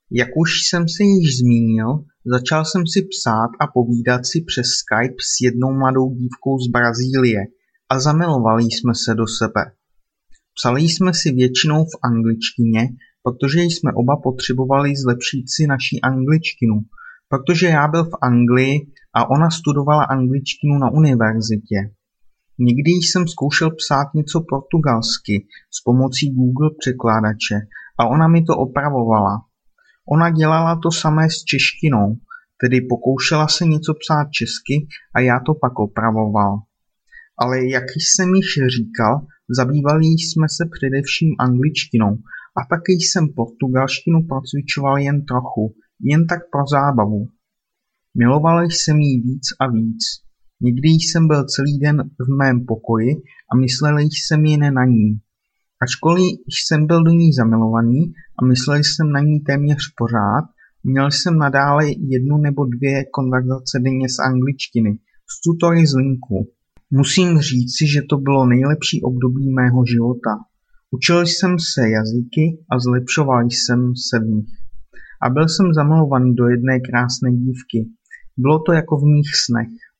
Jak už jsem se již zmínil, začal jsem si psát a povídat si přes Skype s jednou mladou dívkou z Brazílie a zamilovali jsme se do sebe. Psali jsme si většinou v angličtině, protože jsme oba potřebovali zlepšit si naši angličtinu, protože já byl v Anglii a ona studovala angličtinu na univerzitě. Někdy jsem zkoušel psát něco portugalsky s pomocí Google překládače a ona mi to opravovala. Ona dělala to samé s češtinou, tedy pokoušela se něco psát česky a já to pak opravoval. Ale jak jsem již říkal, zabývali jsme se především angličtinou a taky jsem portugalštinu procvičoval jen trochu, jen tak pro zábavu. Miloval jsem ji víc a víc. Někdy jsem byl celý den v mém pokoji a myslel jsem jen na ní. Ačkoliv jsem byl do ní zamilovaný a myslel jsem na ní téměř pořád, měl jsem nadále 1 nebo 2 konverzace denně z angličtiny, s tutory z linku. Musím říci, že to bylo nejlepší období mého života. Učil jsem se jazyky a zlepšoval jsem se v nich. A byl jsem zamilovaný do jedné krásné dívky. Bylo to jako v mých snech.